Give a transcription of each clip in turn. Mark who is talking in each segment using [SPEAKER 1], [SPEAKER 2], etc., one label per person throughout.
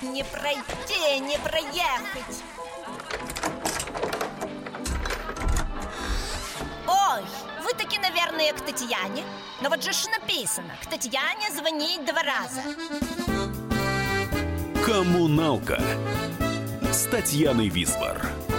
[SPEAKER 1] Не пройти, не проехать. Ой, вы таки, наверное, к Татьяне. Но вот же ж написано: к Татьяне звонить 2 раза.
[SPEAKER 2] Коммуналка с Татьяной Висбор.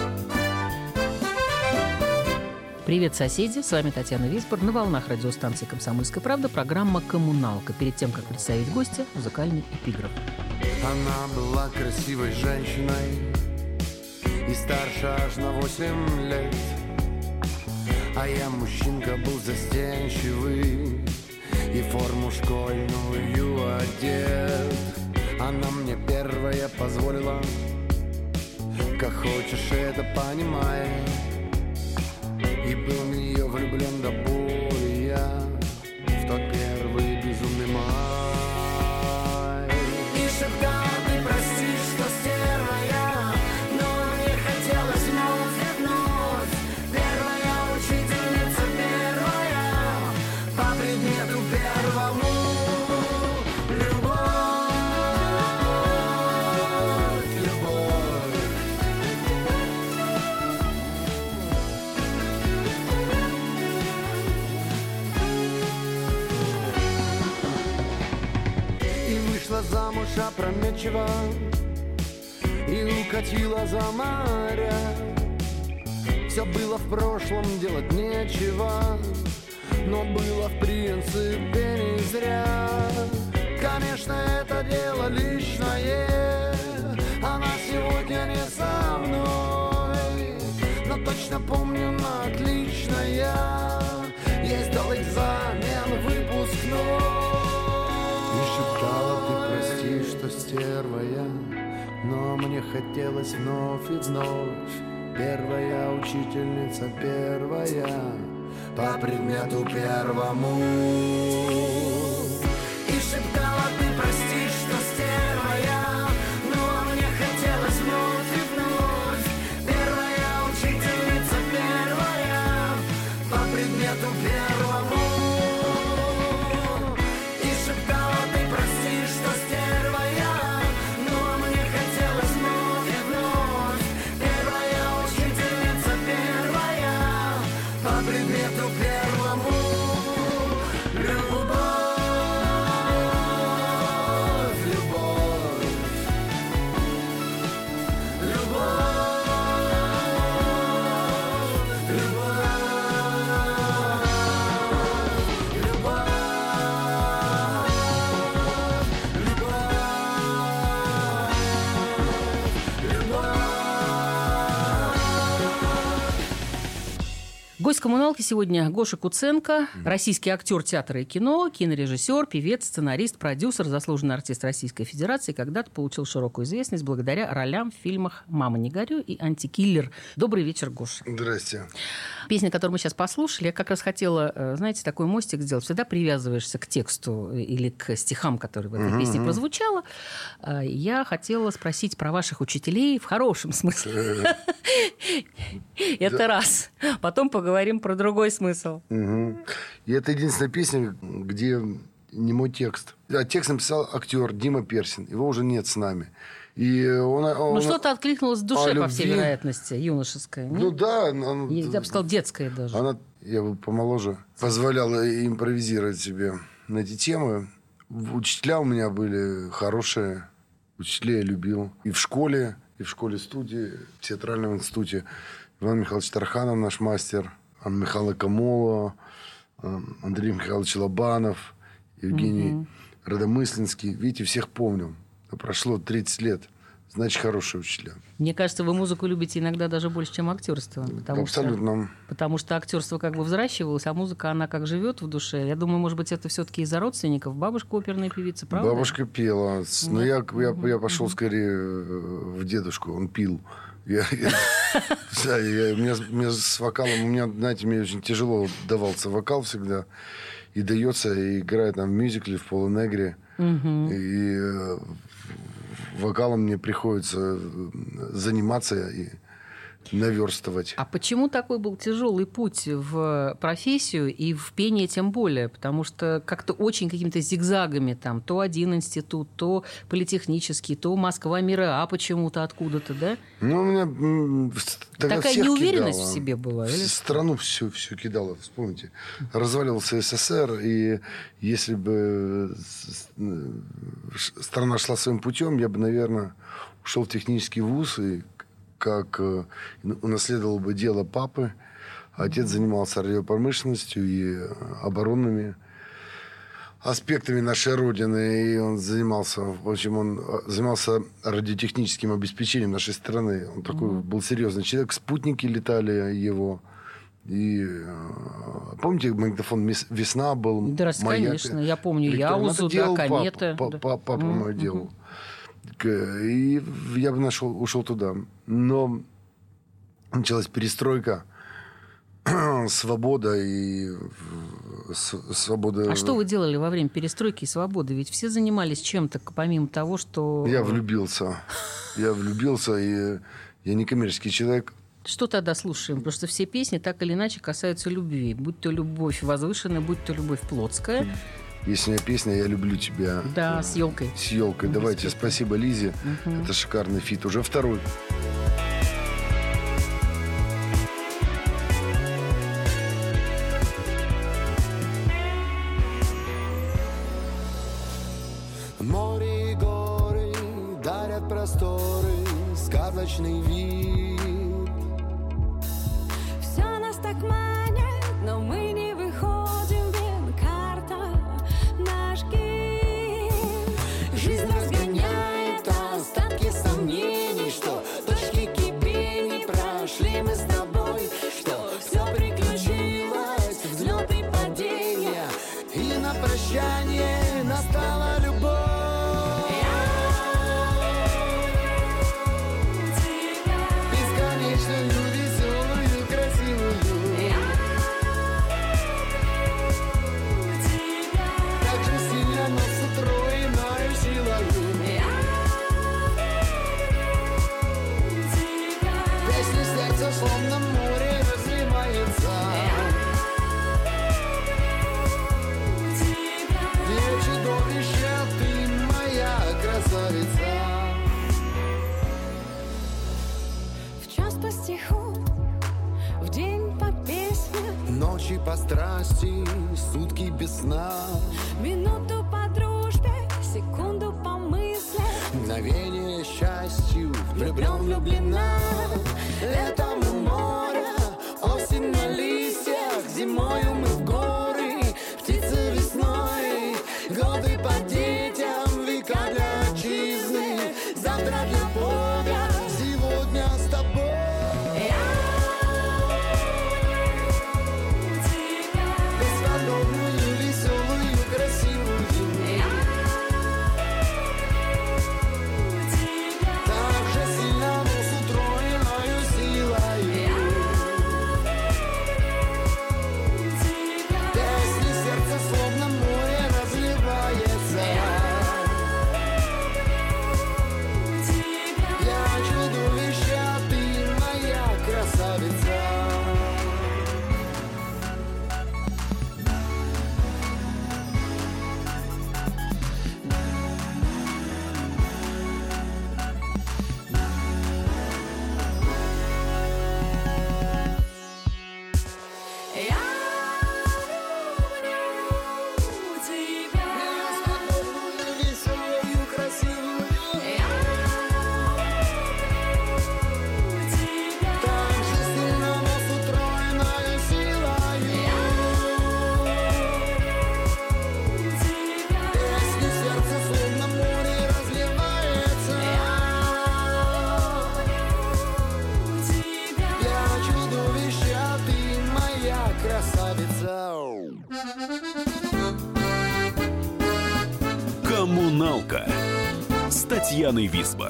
[SPEAKER 3] Привет, соседи! С вами Татьяна Висбор. На волнах радиостанции «Комсомольская правда» программа «Коммуналка». Перед тем, как представить гостя, музыкальный эпиграф.
[SPEAKER 4] Она была красивой женщиной и старше аж на 8 лет. А я мужчинка был застенчивый и форму школьную одет. Она мне первая позволила: как хочешь, это понимай. И был в нее влюблен до боли я в тот первый безумный май. И шептала: ты прости, что стерва я, но мне хотелось вновь и вновь. Первая учительница, первая по предмету первому. Замуж опрометчиво и укатила за моря. Все было в прошлом, делать нечего, но было в принципе не зря. Конечно, это дело личное, она сегодня не со мной, но точно помню на отлично я ездил экзамен выпускной. И шептала: ты прости, что стерва я, но мне хотелось вновь и вновь. Первая учительница, первая по предмету первому. И шептала: ты прости, что стерва я, но мне хотелось вновь и вновь. Первая учительница, первая по предмету первому.
[SPEAKER 3] Гость коммуналки сегодня Гоша Куценко, российский актер театра и кино, кинорежиссер, певец, сценарист, продюсер, заслуженный артист Российской Федерации. Когда-то получил широкую известность благодаря ролям в фильмах «Мама, не горюй» и «Антикиллер». Добрый вечер, Гоша.
[SPEAKER 4] Здрасте.
[SPEAKER 3] Песня, которую мы сейчас послушали, я как раз хотела, знаете, такой мостик сделать. Всегда привязываешься к тексту или к стихам, которые в этой песне прозвучало. Я хотела спросить про ваших учителей в хорошем смысле. Это раз. Потом поговорим про другой смысл.
[SPEAKER 4] И это единственная песня, где не мой текст. А текст написал актер Дима Персин. Его уже нет с нами. И он
[SPEAKER 3] что-то откликнулось в душе, по всей вероятности, юношеское.
[SPEAKER 4] Ну да.
[SPEAKER 3] Я бы сказал, детское даже.
[SPEAKER 4] Я бы помоложе позволяла импровизировать себе на эти темы. Учителя у меня были хорошие. Учителей я любил. И в школе-студии, в театральном институте. Иван Михайлович Тарханов, наш мастер, Анна Михайловна Камолова, Андрей Михайлович Лобанов, Евгений Родомыслинский. Видите, всех помню. Прошло 30 лет. Значит, хорошие учителя.
[SPEAKER 3] Мне кажется, вы музыку любите иногда даже больше, чем актерство.
[SPEAKER 4] Абсолютно.
[SPEAKER 3] Потому что актерство как бы взращивалось, а музыка, она как живет в душе. Я думаю, может быть, это все-таки из-за родственников. Бабушка оперная певица, правда?
[SPEAKER 4] Бабушка пела. Но я пошел скорее в дедушку. Он пил. Мне с вокалом, мне очень тяжело давался вокал всегда. И дается, и играет там в мюзикле, в Полунегре. И вокалом мне приходится заниматься. И наверстывать.
[SPEAKER 3] А почему такой был тяжелый путь в профессию и в пение тем более? Потому что как-то очень какими-то зигзагами там то один институт, то политехнический, то Москва, мира А почему-то откуда-то, да?
[SPEAKER 4] Ну, у меня
[SPEAKER 3] такая неуверенность в себе была? Или?
[SPEAKER 4] Страну всю кидала, вспомните. Разваливался СССР, и если бы страна шла своим путем, я бы, наверное, ушел в технический вуз и как унаследовал бы дело папы. Отец занимался радиопромышленностью и оборонными аспектами нашей Родины. И он занимался радиотехническим обеспечением нашей страны. Он такой был серьезный человек. Спутники летали его. И помните, магнитофон «Весна» был?
[SPEAKER 3] Да, конечно. Я помню Яузу, да, «Комета».
[SPEAKER 4] Папа мой делал. И я бы ушел туда. Но началась перестройка, свобода и свобода.
[SPEAKER 3] А что вы делали во время перестройки и свободы? Ведь все занимались чем-то, помимо того, что...
[SPEAKER 4] Я влюбился, и я не коммерческий человек.
[SPEAKER 3] Что тогда слушаем? Потому что все песни так или иначе касаются любви. Будь то любовь возвышенная, будь то любовь плотская.
[SPEAKER 4] Есть у меня песня «Я люблю тебя».
[SPEAKER 3] Да, с елкой.
[SPEAKER 4] С елкой. Давайте, спасибо Лизе. Это шикарный фит. Уже второй.
[SPEAKER 5] Море и горы дарят просторы, сказочный вид.
[SPEAKER 6] Все нас так манит, но мы не выходим, блин, карта наш гид.
[SPEAKER 5] Жизнь разгоняет остатки сомнений, что точки кипения прошли мы с тобой, что все приключилось, взлет и падение, и на прощание настала любовь. Словно море разливается. Я чудовище, ты моя красавица.
[SPEAKER 6] В час по стиху, в день по песне,
[SPEAKER 5] ночи по страсти, сутки без сна,
[SPEAKER 6] минуту по дружбе, секунду по мысли,
[SPEAKER 5] мгновение счастью, влюблен, влюблена. Летом у моря, осень на листьях, зимою мы в горы, птицы весной, годы по детям, века для отчизны, завтра для Бога, сегодня с тобой. Бесподобную, веселую, красивую, так же сильно, но с утроенной силой. Песни сердца словно море разливается. Я чудовище, а ты моя красавица.
[SPEAKER 2] «Коммуналка» с Татьяной Висбор.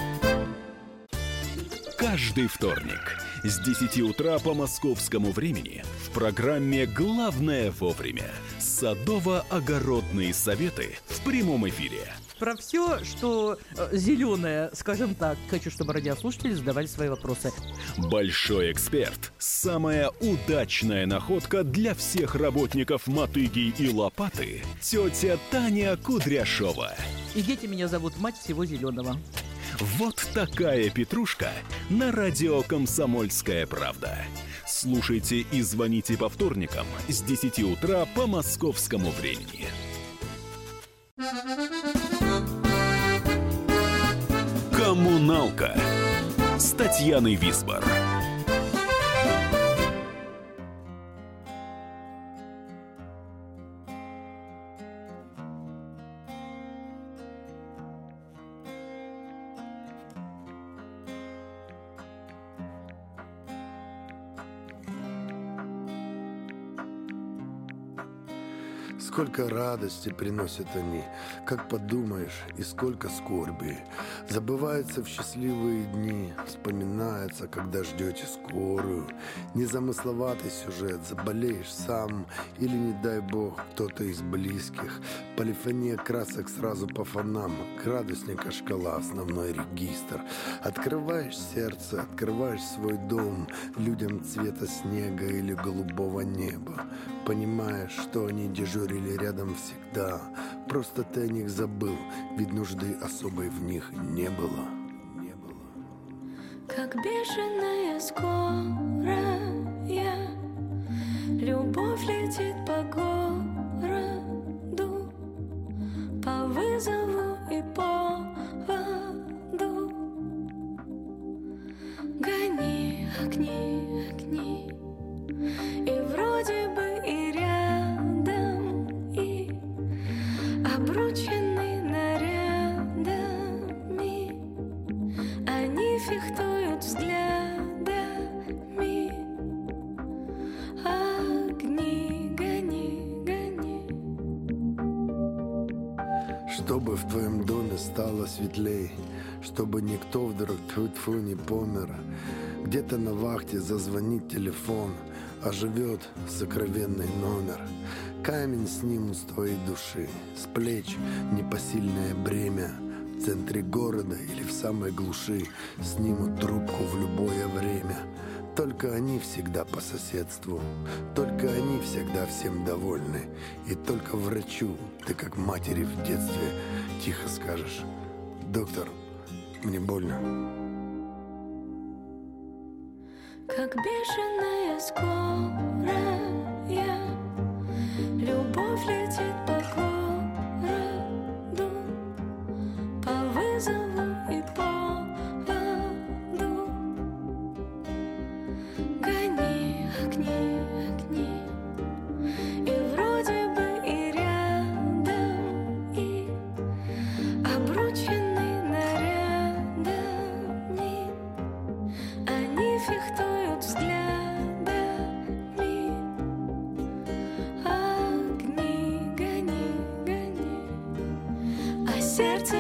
[SPEAKER 2] Каждый вторник с 10 утра по московскому времени в программе «Главное вовремя» садово-огородные советы в прямом эфире.
[SPEAKER 7] про все, что зеленое, скажем так. Хочу, чтобы радиослушатели задавали свои вопросы.
[SPEAKER 2] Большой эксперт. Самая удачная находка для всех работников «Мотыги» и «Лопаты» – тетя Таня Кудряшова.
[SPEAKER 7] И дети меня зовут мать всего зеленого.
[SPEAKER 2] Вот такая петрушка на радио «Комсомольская правда». Слушайте и звоните по вторникам с 10 утра по московскому времени. «Коммуналка» с Татьяной Висбор.
[SPEAKER 4] Сколько радости приносят они, как подумаешь, и сколько скорби. Забывается в счастливые дни, вспоминается, когда ждете скорую. Незамысловатый сюжет, заболеешь сам, или, не дай бог, кто-то из близких. Полифония красок сразу по фонам, градусника шкала, основной регистр. Открываешь сердце, открываешь свой дом людям цвета снега или голубого неба. Понимаешь, что они дежурили рядом всегда. Просто ты о них забыл, ведь нужды особой в них не было.
[SPEAKER 6] Как бешеная скорая, любовь летит по городу, по вызову и поводу. Гони огни, огни, и вроде бы и рядом, и обручены нарядами. Они фехтуют взглядами. Огни, гони, гони.
[SPEAKER 4] Чтобы в твоем доме стало светлей, чтобы никто вдруг тьфу-тьфу не помер. Где-то на вахте зазвонит телефон, оживет сокровенный номер. Камень снимут с твоей души, с плеч непосильное бремя. В центре города или в самой глуши снимут трубку в любое время. Только они всегда по соседству, только они всегда всем довольны. И только врачу ты, как матери в детстве, тихо скажешь: доктор, мне больно.
[SPEAKER 6] Как бешеная скорая, любовь летит по городу, по вызову и поводу. Гони огни, огни, и вроде бы и рядом, и обручены нарядами. Они фехтуют взглядами. Огни, гони, гони, а сердце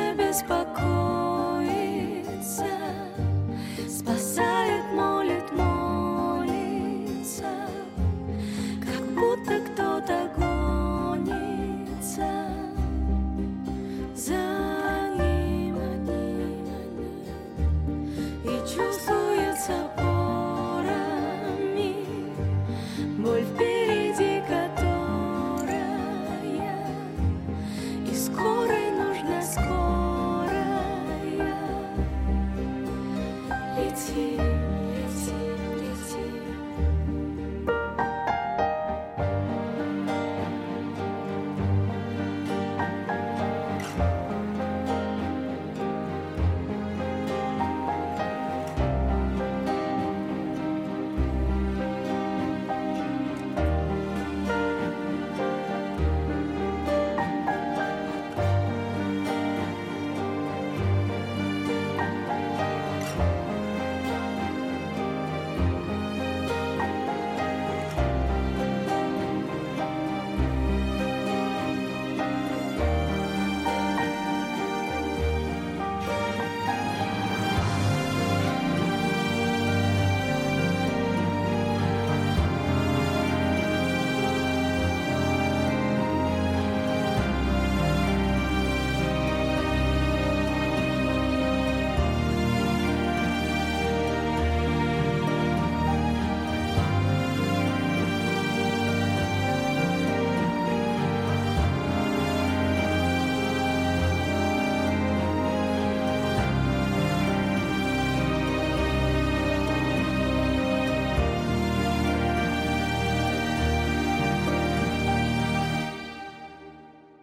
[SPEAKER 6] беспокоится, спасает, молит, молится, как будто кто-то гонится за ним, и чувствуется пора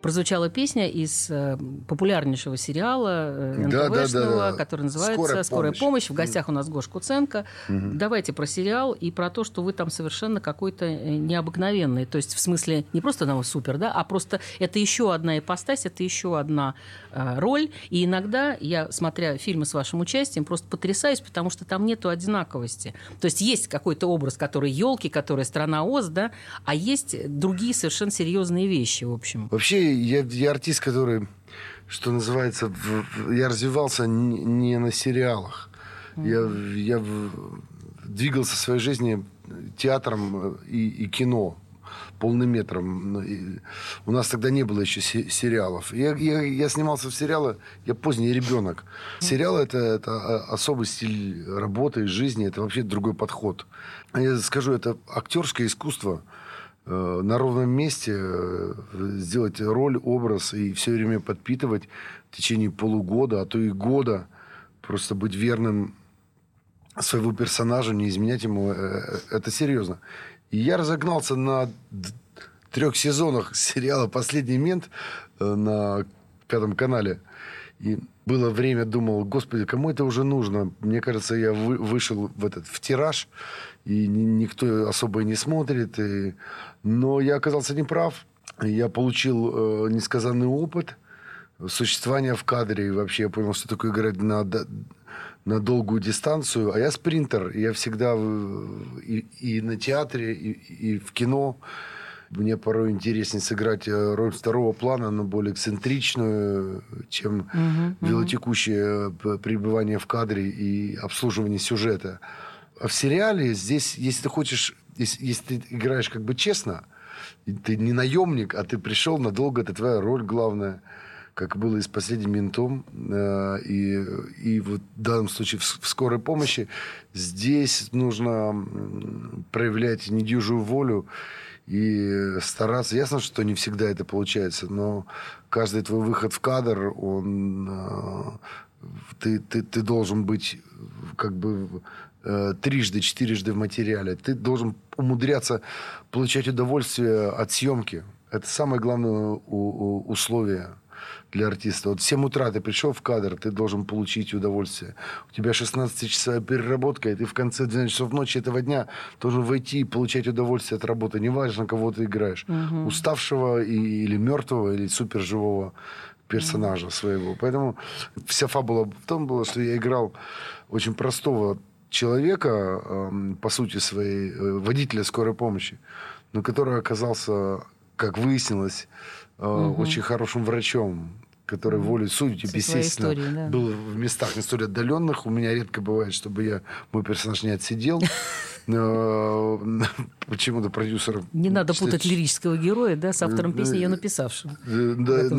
[SPEAKER 3] прозвучала песня из популярнейшего сериала НТВшного, который называется «Скорая помощь». В гостях у нас Гоша Куценко. Давайте про сериал и про то, что вы там совершенно какой-то необыкновенный. То есть в смысле не просто супер, да, а просто это еще одна ипостась, это еще одна роль. И иногда я, смотря фильмы с вашим участием, просто потрясаюсь, потому что там нету одинаковости. То есть есть какой-то образ, который елки, который страна Оз, да, а есть другие совершенно серьезные вещи, в общем.
[SPEAKER 4] Вообще, я артист, который, что называется, я развивался не на сериалах. Я двигался в своей жизни театром и кино полным метром. У нас тогда не было еще сериалов. Я снимался в сериалах, я поздний ребенок. Сериал это особый стиль работы и жизни, это вообще другой подход. Я скажу, это актерское искусство. На ровном месте сделать роль, образ и все время подпитывать в течение полугода, а то и года. Просто быть верным своего персонажа, не изменять ему. Это серьезно. И я разогнался на 3 сезонах сериала «Последний мент» на 5 канале. И было время, думал, господи, кому это уже нужно? Мне кажется, я вышел в тираж, и никто особо и не смотрит. Но я оказался неправ. Я получил несказанный опыт существования в кадре. И вообще я понял, что такое играть на долгую дистанцию. А я спринтер. Я всегда и на театре, и в кино. Мне порой интереснее сыграть роль второго плана, но более эксцентричную, чем велотекущее пребывание в кадре и обслуживание сюжета. А в сериале здесь, если ты хочешь, если ты играешь как бы честно, ты не наемник, а ты пришел надолго, это твоя роль главная, как было и с «Последним ментом», и вот в данном случае в «Скорой помощи». Здесь нужно проявлять недюжую волю и стараться. Ясно, что не всегда это получается, но каждый твой выход в кадр, ты должен быть как бы трижды, 4 в материале. Ты должен умудряться получать удовольствие от съемки. Это самое главное условие для артиста. Вот в 7 утра ты пришел в кадр, ты должен получить удовольствие. У тебя 16-часовая переработка, и ты в конце 12 часов ночи этого дня должен войти и получать удовольствие от работы. Неважно, кого ты играешь. Уставшего или мертвого, или суперживого персонажа своего. Поэтому вся фабула в том была, что я играл очень простого человека, по сути своей, водителя скорой помощи, но который оказался, как выяснилось, очень хорошим врачом, который волей судеб, естественно, был в местах не столь отдаленных. У меня редко бывает, чтобы мой персонаж не отсидел. Почему-то продюсеров...
[SPEAKER 3] Не надо путать лирического героя, да, с автором песни, ее написавшим.
[SPEAKER 4] Да,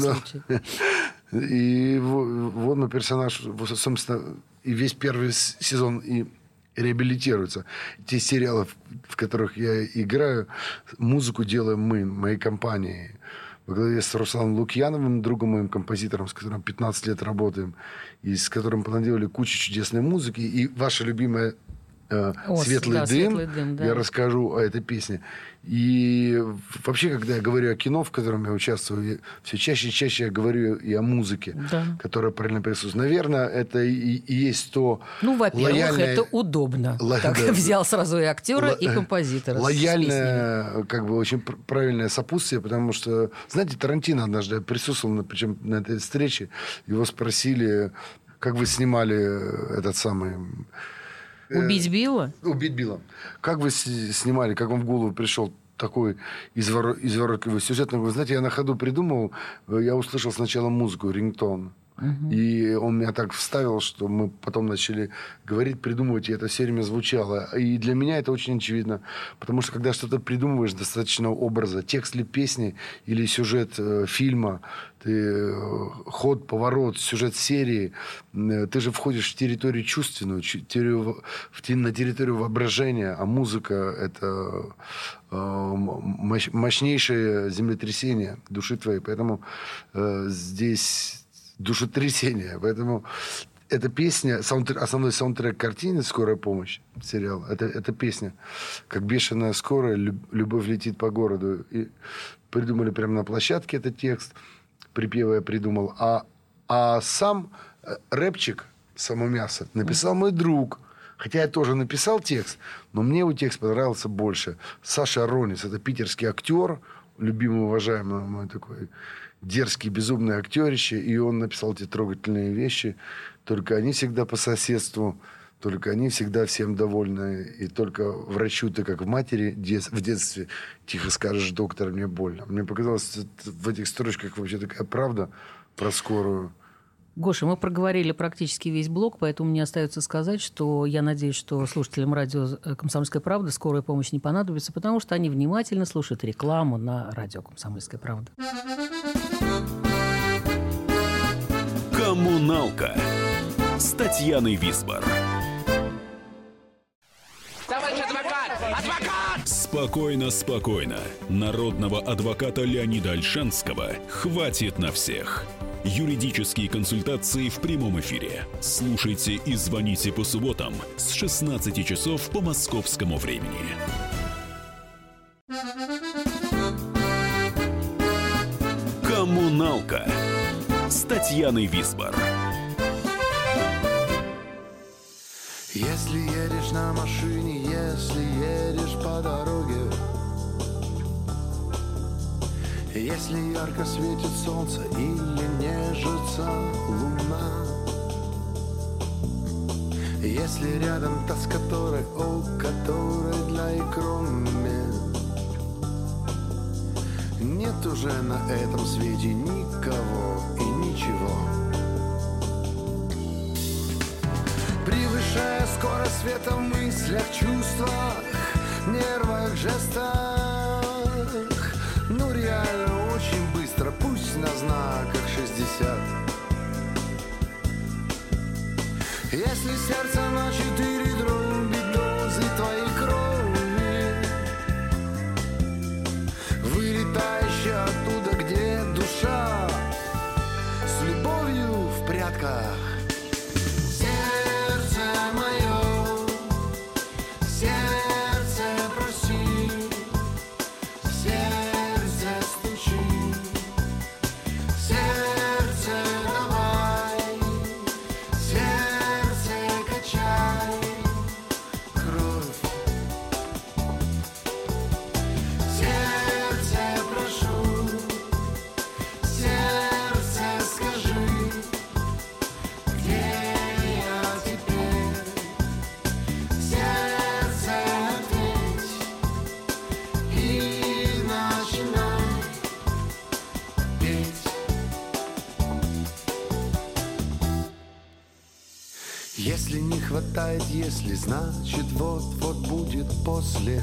[SPEAKER 4] и вот мой персонаж, собственно, и весь первый сезон и реабилитируется. Те сериалы, в которых я играю, музыку делаем мы, моей компании. Во главе с Русланом Лукьяновым, другом моим композитором, с которым 15 лет работаем, и с которым понаделали кучу чудесной музыки. И ваша любимая «Светлый дым», да. Я расскажу о этой песне. И вообще, когда я говорю о кино, в котором я участвую, все чаще и чаще я говорю и о музыке, которая параллельно присутствует. Наверное, это и есть то...
[SPEAKER 3] Ну, во-первых, это удобно. Так взял сразу и актера, и композитора.
[SPEAKER 4] Лояльное, как бы очень правильное сопутствие, потому что, знаете, Тарантино однажды присутствовал, причем на этой встрече, его спросили, как вы снимали этот самый...
[SPEAKER 3] «Убить Билла»?
[SPEAKER 4] «Убить Билла». Как вы снимали, как вам в голову пришел такой изворотливый сюжет? Вы знаете, я на ходу придумал, я услышал сначала музыку, рингтон. И он меня так вставил, что мы потом начали говорить, придумывать, и это все время звучало. И для меня это очень очевидно, потому что когда что-то придумываешь, достаточно образа, текст ли песни или сюжет фильма, ты ход, поворот, сюжет серии, ты же входишь в территорию чувственную, на территорию воображения, а музыка — это мощнейшее землетрясение души твоей. Поэтому здесь... душетрясение. Поэтому эта песня, основной саундтрек картины «Скорая помощь», сериал, это песня «Как бешеная скорая, любовь летит по городу». И придумали прямо на площадке этот текст. припевы я придумал. А сам рэпчик, само мясо, написал мой друг. Хотя я тоже написал текст, но мне его текст понравился больше. Саша Аронис, это питерский актер, любимый, уважаемый мой такой дерзкий, безумный актерище. И он написал эти трогательные вещи. Только они всегда по соседству, только они всегда всем довольны. И только врачу ты, как в матери, в детстве тихо скажешь: доктор, мне больно. Мне показалось, в этих строчках вообще такая правда про скорую.
[SPEAKER 3] Гоша, мы проговорили практически весь блок, поэтому мне остается сказать, что я надеюсь, что слушателям радио «Комсомольская правда» скорая помощь не понадобится, потому что они внимательно слушают рекламу на радио «Комсомольская правда».
[SPEAKER 2] «Коммуналка» с Татьяной Висбор.
[SPEAKER 5] Товарищ адвокат! Адвокат!
[SPEAKER 2] Спокойно, спокойно. Народного адвоката Леонида Ольшанского хватит на всех. Юридические консультации в прямом эфире. Слушайте и звоните по субботам с 16 часов по московскому времени. «Коммуналка» с Татьяной Висбор.
[SPEAKER 5] Если едешь на машине, если едешь по дороге, если ярко светит солнце или нежится луна, если рядом та, с которой, о которой для и кроме нет уже на этом свете никого и ничего. Превышая скорость света в мыслях, чувствах, нервах, жестах, ну реально очень быстро, пусть на знаках 60. Если сердце на 4 дробит дозы твоей крови, вылетающая оттуда, где душа с любовью в прядках. Сердце мое, сердце проси, сердце стучи, сердце давай, сердце качай кровь. Сердце прошу, сердце скажи, где я теперь? Сердце ответь и начинай петь. Если не хватает, если, значит вот-вот будет после.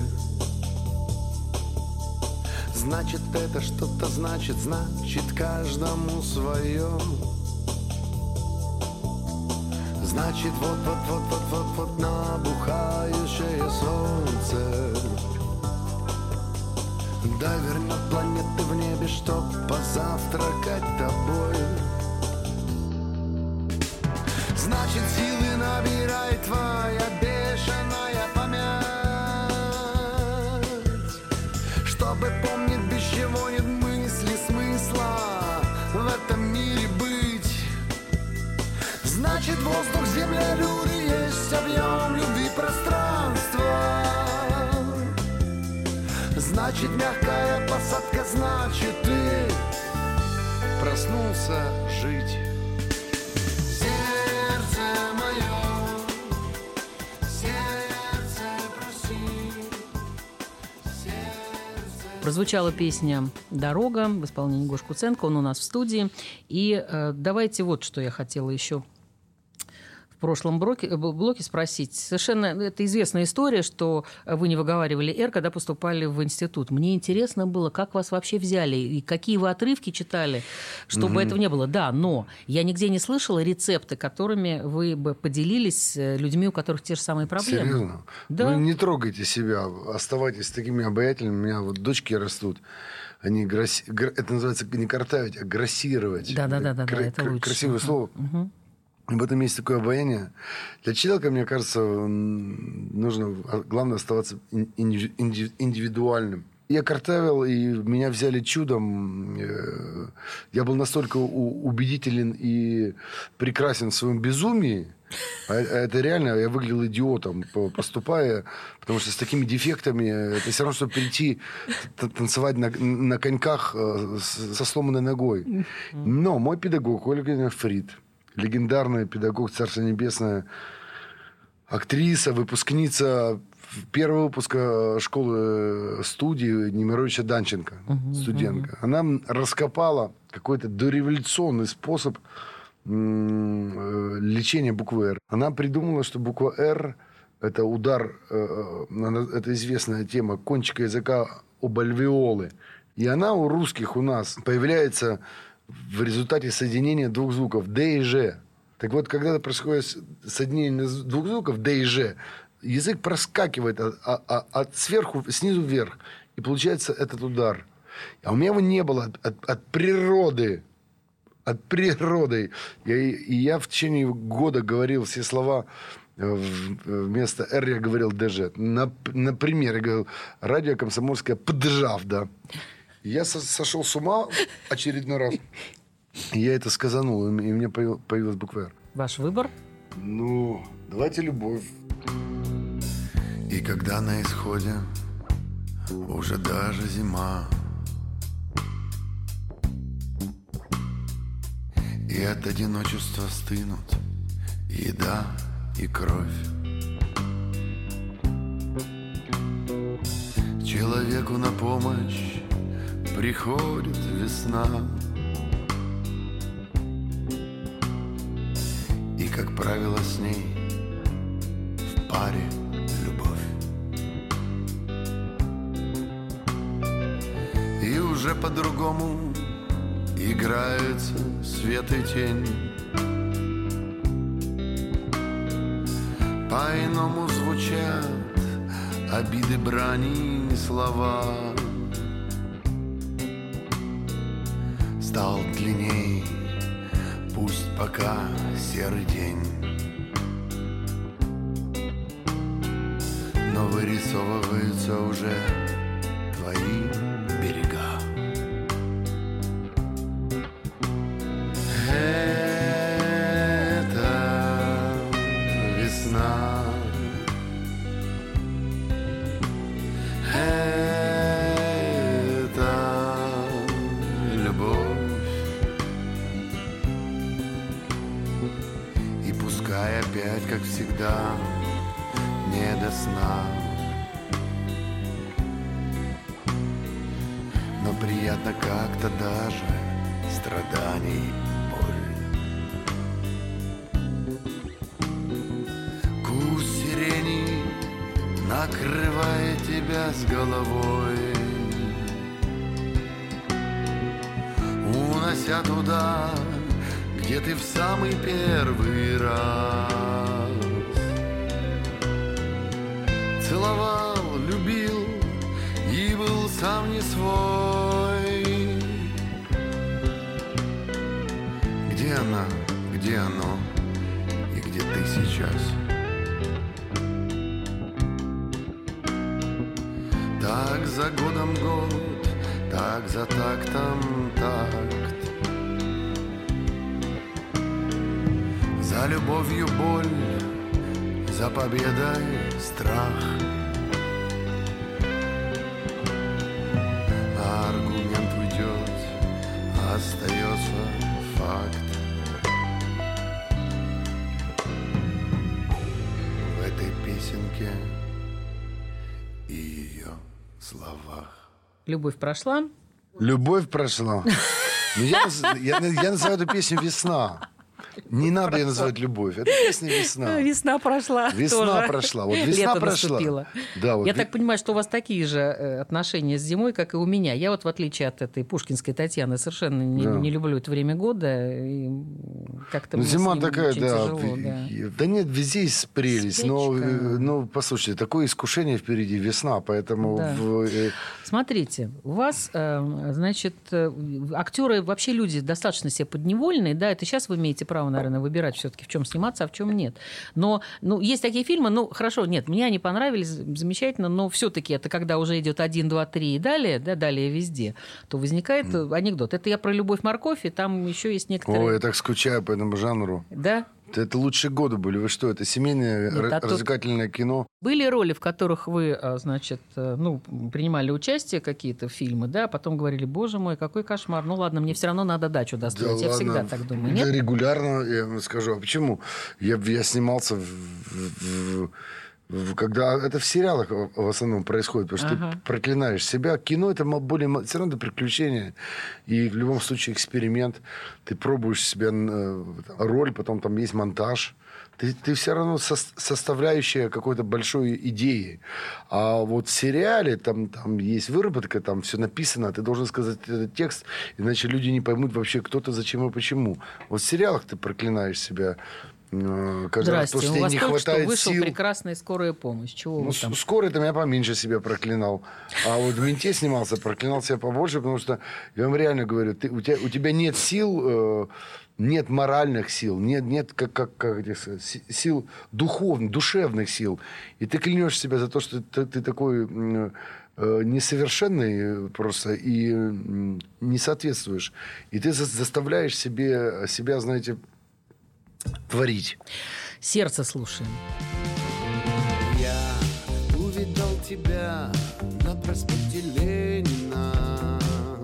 [SPEAKER 5] Значит это что-то значит, значит каждому свое. Значит вот-вот-вот-вот-вот набухающее солнце да вернет планеты в небе, чтоб позавтракать тобой. Значит силы набирает твоя бешеная память, чтобы помнить, без чего нет мысли, смысла в этом мире быть. Значит воздух, земля, люди, есть объем любви, пространства. Значит мягкая посадка, значит ты проснулся жить. Сердце мое, сердце проси, сердце...
[SPEAKER 3] Прозвучала песня «Дорога» в исполнении Гоши Куценко. Он у нас в студии. И давайте вот, что я хотела еще в прошлом блоке спросить. Совершенно это известная история, что вы не выговаривали «Р», когда поступали в институт. Мне интересно было, как вас вообще взяли и какие вы отрывки читали, чтобы этого не было. Да, но я нигде не слышала рецепты, которыми вы бы поделились с людьми, у которых те же самые проблемы.
[SPEAKER 4] Серьезно?
[SPEAKER 3] Да.
[SPEAKER 4] Вы не трогайте себя, оставайтесь такими обаятельными. У меня вот дочки растут. Они это называется не картавить, а грассировать.
[SPEAKER 3] Да, это лучше.
[SPEAKER 4] Красивое слово. В этом есть такое обаяние. Для человека, мне кажется, нужно, главное, оставаться индивидуальным. Я картавил, и меня взяли чудом. Я был настолько убедителен и прекрасен в своем безумии. А это реально, я выглядел идиотом, поступая, потому что с такими дефектами это все равно, что прийти танцевать на коньках со сломанной ногой. Но мой педагог Ольга Фрид, легендарный педагог, Царство Небесное, актриса, выпускница первого выпуска школы-студии Немировича Данченко, студентка. Она раскопала какой-то дореволюционный способ лечения буквы «Р». Она придумала, что буква «Р» – это удар, это известная тема, кончика языка об альвеолы. И она у русских, у нас, появляется в результате соединения двух звуков «Д» и «Ж». Так вот, когда происходит соединение двух звуков «Д» и «Ж», язык проскакивает от сверху, снизу вверх. И получается этот удар. А у меня его не было от природы. От природы. И я в течение года говорил все слова. Вместо «Р» я говорил «ДЖ». Например, я говорил «Радио Комсомольская Пджавда». Я сошел с ума очередной раз. И я это сказанул. И у меня появилась буква «Р».
[SPEAKER 3] Ваш выбор?
[SPEAKER 4] Ну, давайте «Любовь».
[SPEAKER 5] И когда на исходе уже даже зима, и от одиночества стынут еда и кровь, человеку на помощь приходит весна. И, как правило, с ней в паре любовь. И уже по-другому играется свет и тень. По-иному звучат обиды, брани и слова. Стал длинней, пусть пока серый день, но вырисовываются уже твои берега. Это весна, это любовь. И пускай опять, как всегда, не до сна, но приятно как-то даже страданий боль. Куст сирени накрывает тебя с головой, унося туда, где ты в самый первый раз целовал, любил и был сам не свой. Где она, где оно и где ты сейчас? Так за годом год, так за тактом такт, за любовью боль, за победой страх. А аргумент уйдет, остается факт. В этой песенке и ее словах.
[SPEAKER 3] Любовь прошла.
[SPEAKER 4] Любовь прошла. Я называю эту песню «Весна». Не надо ее называть «Любовь». Это песня «Весна».
[SPEAKER 3] Весна прошла.
[SPEAKER 4] Весна
[SPEAKER 3] тоже.
[SPEAKER 4] прошла. Вот весна
[SPEAKER 3] Лето
[SPEAKER 4] прошла.
[SPEAKER 3] наступило.
[SPEAKER 4] Да, вот
[SPEAKER 3] Я так понимаю, что у вас такие же отношения с зимой, как и у меня. Я вот, в отличие от этой пушкинской Татьяны, совершенно не люблю это время года. И как-то мне
[SPEAKER 4] зима
[SPEAKER 3] с ним
[SPEAKER 4] такая,
[SPEAKER 3] очень
[SPEAKER 4] да.
[SPEAKER 3] тяжело, да.
[SPEAKER 4] Да нет, везде есть прелесть. Но, послушайте, такое искушение впереди, весна, поэтому...
[SPEAKER 3] Да. Смотрите, у вас, значит, актеры вообще люди достаточно себе подневольные, да, это сейчас вы имеете право право, наверное, выбирать все-таки, в чем сниматься, а в чем нет. Но есть такие фильмы, хорошо, нет, мне они понравились, замечательно, но все-таки это когда уже идет 1, 2, 3 и далее, да, далее везде, то возникает анекдот. Это я про «Любовь-морковь», и там еще есть некоторые...
[SPEAKER 4] Ой, я так скучаю по этому жанру.
[SPEAKER 3] Да?
[SPEAKER 4] Это лучшие годы были. Вы что, это семейное развлекательное кино?
[SPEAKER 3] Были роли, в которых вы, значит, принимали участие, какие-то фильмы, да, а потом говорили: боже мой, какой кошмар, ну ладно, мне все равно надо дачу достроить.
[SPEAKER 4] Да,
[SPEAKER 3] я
[SPEAKER 4] ладно.
[SPEAKER 3] всегда так думаю.
[SPEAKER 4] Да,
[SPEAKER 3] Нет?
[SPEAKER 4] регулярно, я вам скажу. А почему? Я снимался когда это в сериалах в основном происходит, потому что ты проклинаешь себя. Кино — это более все равно приключение. И в любом случае эксперимент. Ты пробуешь себя роль, потом там есть монтаж. Ты все равно составляющая какой-то большой идеи. А вот в сериале там есть выработка, там все написано, ты должен сказать этот текст, иначе люди не поймут вообще, кто ты, зачем и почему. Вот в сериалах ты проклинаешь себя.
[SPEAKER 3] Здрасте,
[SPEAKER 4] то,
[SPEAKER 3] у вас
[SPEAKER 4] не
[SPEAKER 3] только
[SPEAKER 4] хватает
[SPEAKER 3] что вышел
[SPEAKER 4] сил.
[SPEAKER 3] «Прекрасная скорая помощь». Чего вы там?
[SPEAKER 4] Скорый-то меня поменьше себя проклинал. А вот в «Менте» снимался, проклинал себя побольше, потому что, я вам реально говорю, у тебя нет сил, нет моральных сил, нет сил духовных, душевных сил. И ты клянешь себя за то, что ты такой несовершенный просто и не соответствуешь. И ты заставляешь себя, знаете, творить.
[SPEAKER 3] Сердце слушаем.
[SPEAKER 5] Я увидал тебя на проспекте Ленина.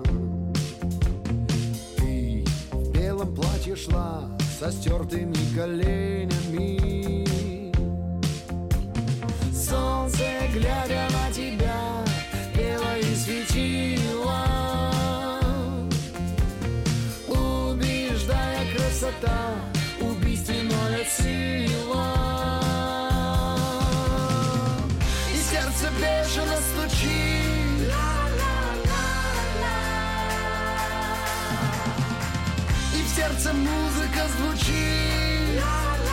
[SPEAKER 5] Ты в белом платье шла со стертыми коленями. Солнце, глядя на тебя, пело и светило, убеждая красота, убийственная сила. И сердце бешено стучит, и в сердце музыка звучит.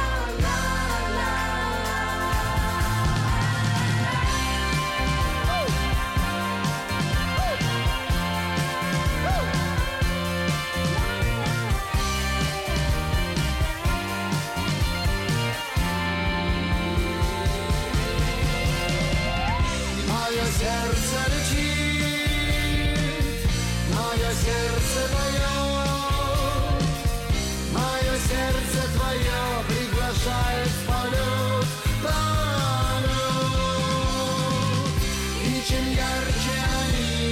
[SPEAKER 5] Мое сердце летит, мое сердце поет, мое сердце твое приглашает в полет, полет. И чем ярче они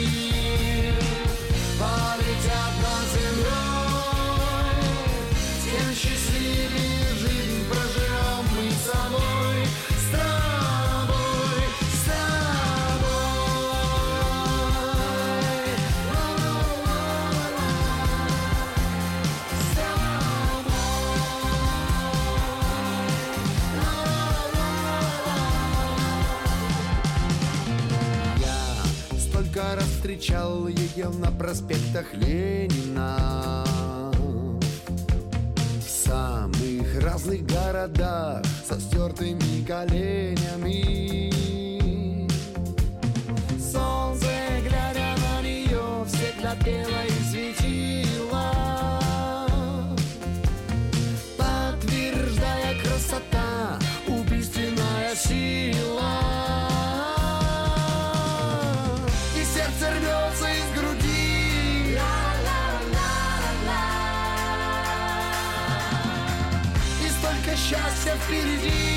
[SPEAKER 5] полетят над землей, тем счастливее жизнь проживем мы с собой, с тобой, с Я столько раз встречал ее на проспектах Ленина, в самых разных городах со стертыми коленями. Солнце, глядя на нее, всегда пело и светило, подтверждая красота, убийственная сила. И сердце рвется из груди, и столько счастья впереди.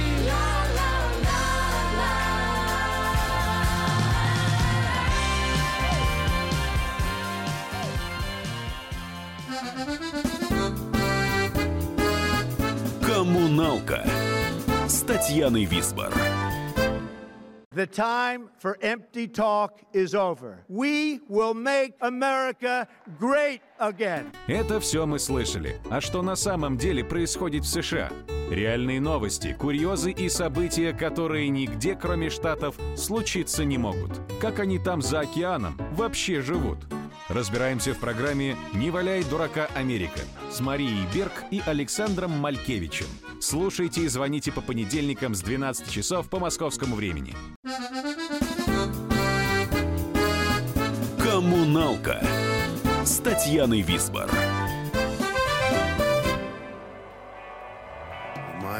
[SPEAKER 2] «Коммуналка» с Татьяной Висбор.
[SPEAKER 8] The time for empty talk is over. We will make America great again.
[SPEAKER 9] Это все мы слышали. А что на самом деле происходит в США? Реальные новости, курьезы и события, которые нигде, кроме Штатов, случиться не могут. Как они там за океаном вообще живут? Разбираемся в программе «Не валяй дурака, Америка» с Марией Берг и Александром Малькевичем. Слушайте и звоните по понедельникам с 12 часов по московскому времени.
[SPEAKER 2] «Коммуналка» с Татьяной Висбор.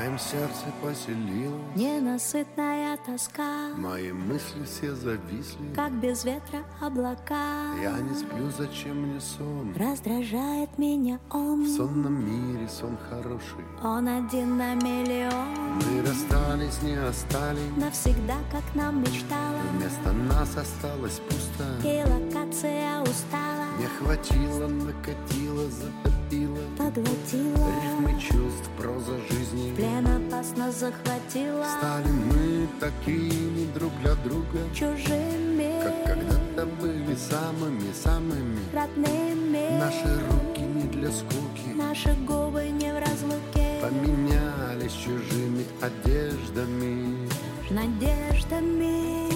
[SPEAKER 5] моем сердце поселилась
[SPEAKER 6] ненасытная тоска.
[SPEAKER 5] Мои мысли все зависли,
[SPEAKER 6] Как без ветра облака.
[SPEAKER 5] я не сплю, зачем мне сон?
[SPEAKER 6] Раздражает меня он.
[SPEAKER 5] В сонном мире сон хороший.
[SPEAKER 6] Он один на миллион.
[SPEAKER 5] Мы расстались, не остались,
[SPEAKER 6] Навсегда, как нам мечтала.
[SPEAKER 5] вместо нас осталось пусто.
[SPEAKER 6] И локация устала.
[SPEAKER 5] Не хватило, накатило, затопило.
[SPEAKER 6] Поглотила.
[SPEAKER 5] Рифмы чувств, проза жизни.
[SPEAKER 6] Плен опасно захватила.
[SPEAKER 5] Стали мы такими друг для друга,
[SPEAKER 6] Чужими.
[SPEAKER 5] как когда-то были самыми
[SPEAKER 6] Родными.
[SPEAKER 5] Наши руки не для скуки
[SPEAKER 6] Наши губы не в разлуке.
[SPEAKER 5] поменялись чужими одеждами.
[SPEAKER 6] Надеждами.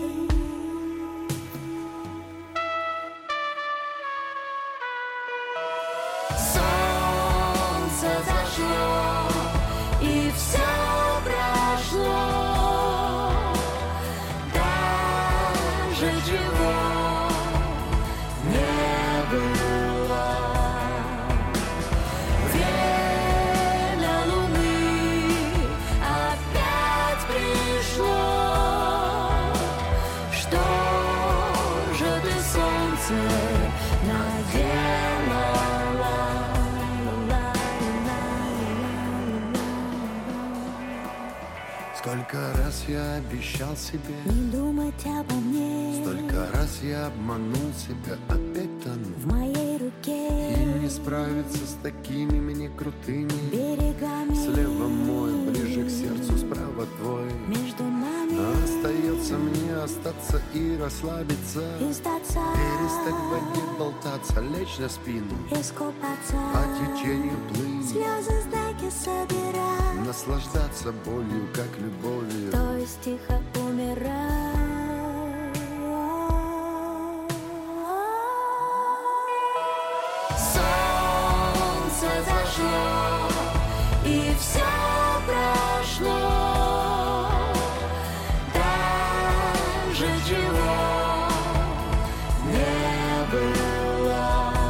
[SPEAKER 6] Солнце зашло, и все прошло. Даже чего не было. Время луны опять пришло. Что же ты, солнце, наделала?
[SPEAKER 5] Сколько раз я обещал себе,
[SPEAKER 6] Не думать обо мне.
[SPEAKER 5] столько раз я обманул себя, опять тону.
[SPEAKER 6] В моей
[SPEAKER 5] И
[SPEAKER 6] руке
[SPEAKER 5] не справиться с такими мне крутыми.
[SPEAKER 6] берегами.
[SPEAKER 5] Слева мой, ближе к сердцу, справа твой.
[SPEAKER 6] Между нами
[SPEAKER 5] Но остается мне остаться и расслабиться.
[SPEAKER 6] и сдаться.
[SPEAKER 5] Перестать в воде болтаться, лечь на спину,
[SPEAKER 6] Искупаться.
[SPEAKER 5] по течению плыть.
[SPEAKER 6] Слезы знаки собирать.
[SPEAKER 5] Наслаждаться болью, как любовью.
[SPEAKER 6] То есть тихо умирать. Солнце зашло, и все прошло. Даже чего не было.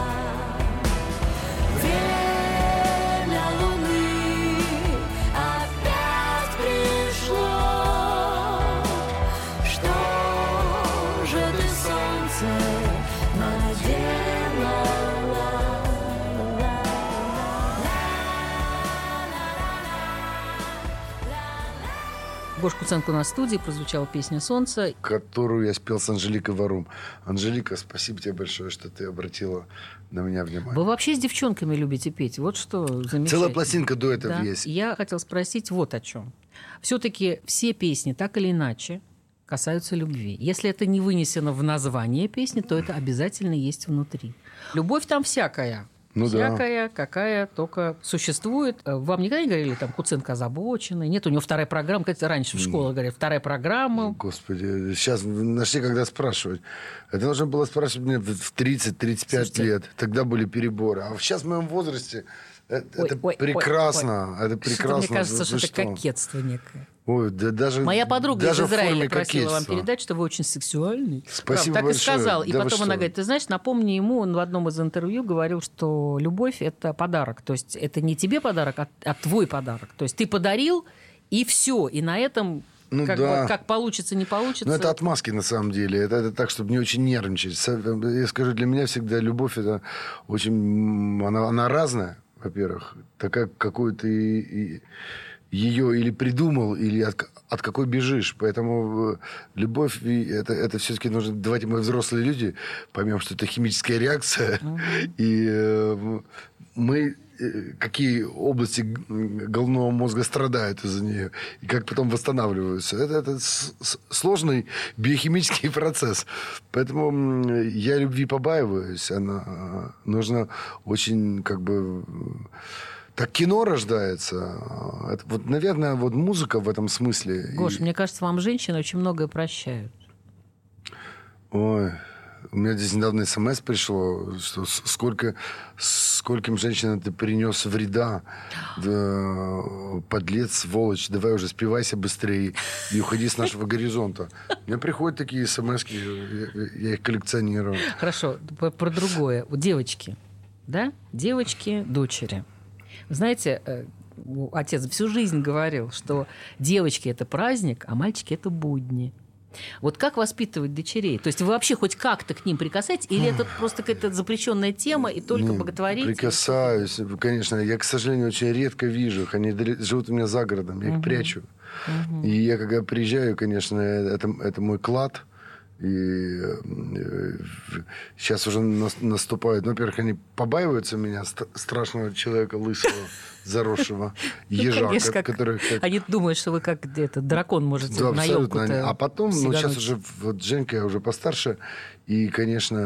[SPEAKER 6] Время луны опять пришло. Что же ты, солнце, наделала?
[SPEAKER 3] Гош Куценко на студии, прозвучала песня «Солнце».
[SPEAKER 4] Которую я спел с Анжеликой Варум. Анжелика, спасибо тебе большое, что ты обратила на меня внимание.
[SPEAKER 3] Вы вообще с девчонками любите петь? Вот что замечательно.
[SPEAKER 4] Целая пластинка дуэтов
[SPEAKER 3] Да.
[SPEAKER 4] есть.
[SPEAKER 3] Я хотела спросить вот о чем. Все-таки все песни, так или иначе, касаются любви. Если это не вынесено в название песни, то это обязательно есть внутри. Любовь там всякая.
[SPEAKER 4] Ну да.
[SPEAKER 3] Всякая, какая только существует. Вам никогда не говорили, там, Куценко озабоченный? Нет, у него вторая программа. Как раньше в школе говорят, вторая программа.
[SPEAKER 4] Господи, сейчас нашли, когда спрашивать. Это нужно было спрашивать меня в 30-35 лет. Тогда были переборы. А сейчас в моем возрасте это прекрасно. Это прекрасно.
[SPEAKER 3] Мне кажется, что
[SPEAKER 4] Вы
[SPEAKER 3] это кокетство некое.
[SPEAKER 4] Ой, да даже,
[SPEAKER 3] Моя подруга
[SPEAKER 4] даже
[SPEAKER 3] из
[SPEAKER 4] в форме
[SPEAKER 3] Израиля просила вам
[SPEAKER 4] кокетства.
[SPEAKER 3] передать, что вы очень сексуальный.
[SPEAKER 4] Спасибо
[SPEAKER 3] Так
[SPEAKER 4] большое.
[SPEAKER 3] и сказал. И
[SPEAKER 4] Да вы
[SPEAKER 3] потом
[SPEAKER 4] что?
[SPEAKER 3] она говорит, ты знаешь, напомни ему, он в одном из интервью говорил, что любовь – это подарок. То есть это не тебе подарок, а твой подарок. То есть ты подарил, и все. И на этом
[SPEAKER 4] Ну
[SPEAKER 3] как,
[SPEAKER 4] да.
[SPEAKER 3] бы, как получится, не получится.
[SPEAKER 4] Ну, это отмазки, на самом деле. Это так, чтобы не очень нервничать. Я скажу, для меня всегда любовь, это очень... Она разная, во-первых. Такая, какую ты ее или придумал, или от какой бежишь. Поэтому любовь, это все-таки нужно... Давайте мы, взрослые люди, поймем, что это химическая реакция. И мы... какие области головного мозга страдают из-за нее, и как потом восстанавливаются. Это сложный биохимический процесс. Поэтому я любви побаиваюсь. Нужно очень как бы... Так кино рождается. Это, вот, наверное, вот музыка в этом смысле.
[SPEAKER 3] Гош, мне кажется, вам женщины очень многое прощают.
[SPEAKER 4] Ой... У меня здесь недавно СМС пришло, что скольким женщинам ты принес вреда. Да, подлец, сволочь, давай уже спивайся быстрее и уходи с нашего горизонта. Мне приходят такие СМСки, я их коллекционирую.
[SPEAKER 3] Хорошо, про другое. Девочки, да? Девочки, дочери. Вы знаете, отец всю жизнь говорил, что девочки – это праздник, а мальчики – это будни. Вот как воспитывать дочерей? То есть вы вообще хоть как-то к ним прикасаетесь? Или это просто какая-то запрещенная тема и только боготворите?
[SPEAKER 4] Прикасаюсь. Конечно, я, к сожалению, очень редко вижу их. Они живут у меня за городом, я их прячу. И я, когда приезжаю, конечно, это мой клад. И сейчас уже наступают. Во-первых, они побаиваются меня, страшного человека, лысого, заросшего ежа. Который,
[SPEAKER 3] они думают, что вы как где-то дракон можете на елку-то.
[SPEAKER 4] А потом, сейчас уже вот Женька уже постарше, и, конечно,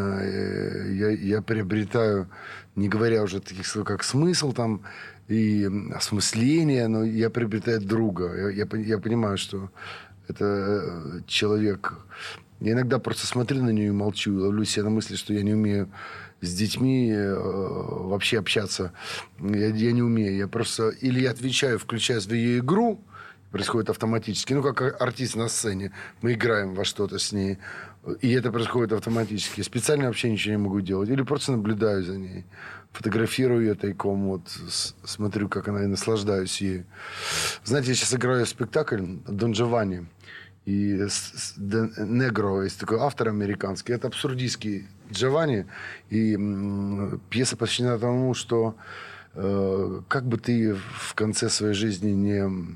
[SPEAKER 4] я приобретаю, не говоря уже таких слов, как смысл там и осмысление, но я приобретаю друга. Я понимаю, что это человек... Я иногда просто смотрю на нее и молчу, ловлю себя на мысли, что я не умею с детьми вообще общаться. Я не умею. Я просто... Или я отвечаю, включаясь в ее игру, происходит автоматически. Ну, как артист на сцене. Мы играем во что-то с ней. И это происходит автоматически. Специально вообще ничего не могу делать. Или просто наблюдаю за ней. Фотографирую ее тайком. Вот, смотрю, как она, и наслаждаюсь ею. Знаете, я сейчас играю спектакль «Дон Джованни». И Негро, есть такой автор американский. Это абсурдистский Джованни. И пьеса посвящена тому, что как бы ты в конце своей жизни не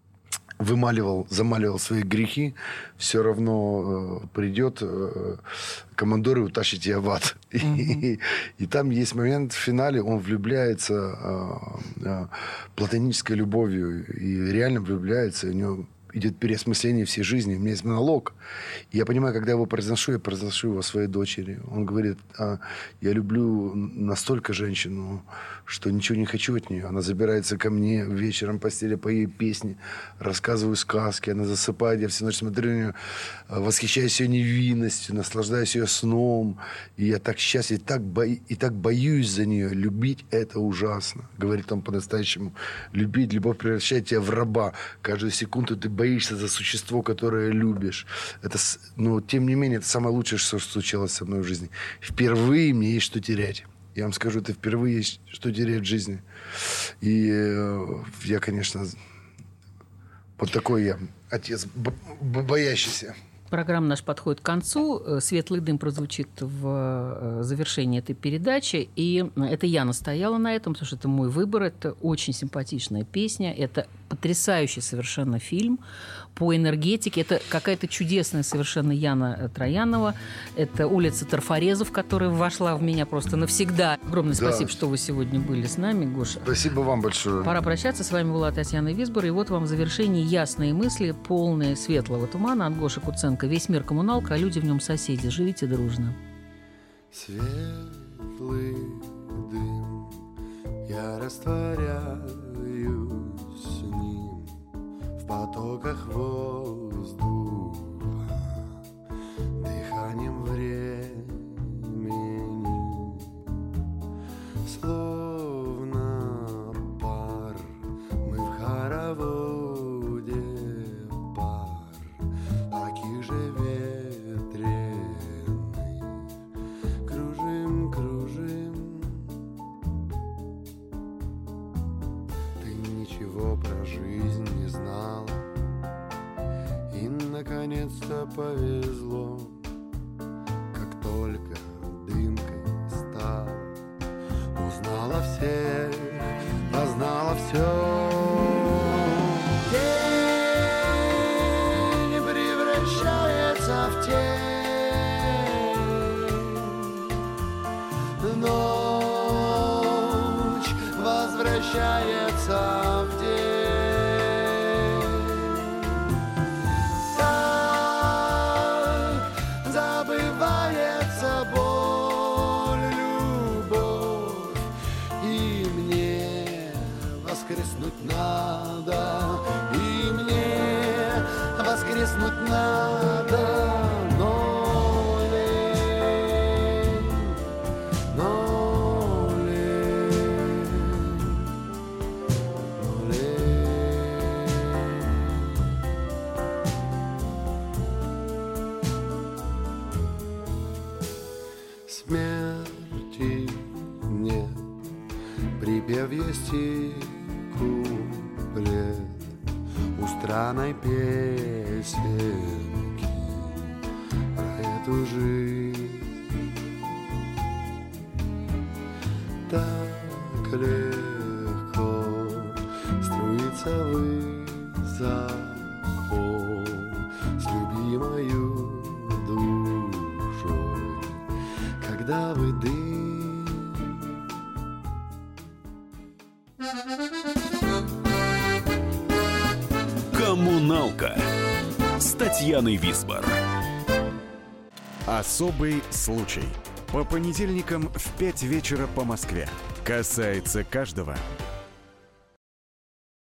[SPEAKER 4] замаливал свои грехи, все равно придет командор и утащит тебя в ад. И там есть момент в финале, он влюбляется платонической любовью. И реально влюбляется, у него идет переосмысление всей жизни. У меня есть монолог. И я понимаю, когда я произношу его своей дочери. Он говорит, я люблю настолько женщину, что ничего не хочу от нее. Она забирается ко мне вечером в постели, по ей песни, рассказываю сказки, она засыпает, я всю ночь смотрю на нее, восхищаюсь ее невинностью, наслаждаюсь ее сном. И я так счастлив, и так боюсь за нее. Любить — это ужасно. Говорит он по-настоящему. Любовь превращает тебя в раба. Каждую секунду ты боишься за существо, которое любишь. Но, тем не менее, это самое лучшее, что случилось со мной в жизни. Впервые мне есть что терять. Я вам скажу, это впервые есть что терять в жизни. И я, конечно, вот такой я отец, боящийся.
[SPEAKER 3] Программа наша подходит к концу. «Светлый дым» прозвучит в завершении этой передачи. И это я настояла на этом, потому что это мой выбор. Это очень симпатичная песня. Это потрясающий совершенно фильм по энергетике. Это какая-то чудесная совершенно Яна Троянова. Это улица Трафарезов, которая вошла в меня просто навсегда. Огромное спасибо, что вы сегодня были с нами, Гоша.
[SPEAKER 4] Спасибо вам большое.
[SPEAKER 3] Пора прощаться. С вами была Татьяна Висбор. И вот вам в завершении ясные мысли, полные светлого тумана от Гоши Куценко. Весь мир коммуналка, а люди в нем соседи. Живите дружно.
[SPEAKER 5] Светлый дым, я растворяюсь с ним в потоках воздуха, дыханием времени, словно пар, мы в хороводе пар, таких же ветреный, кружим, кружим. Ты ничего про жизнь не знала, и наконец-то повезло, как только дымкой стала, узнала всех, познала все. День превращается в тень, ночь возвращается в день. Так забывается боль, любовь, и мне воскреснуть надо, и мне воскреснуть надо, но лень, но лень, но лень. Смерти нет, припев есть стиху, пьяной песенки про эту жизнь. Так легко струится ввысь закон с любимою душой, когда вы дым.
[SPEAKER 2] «Коммуналка» с Татьяной Висбор.
[SPEAKER 10] Особый случай. По понедельникам в 5 вечера по Москве. Касается каждого.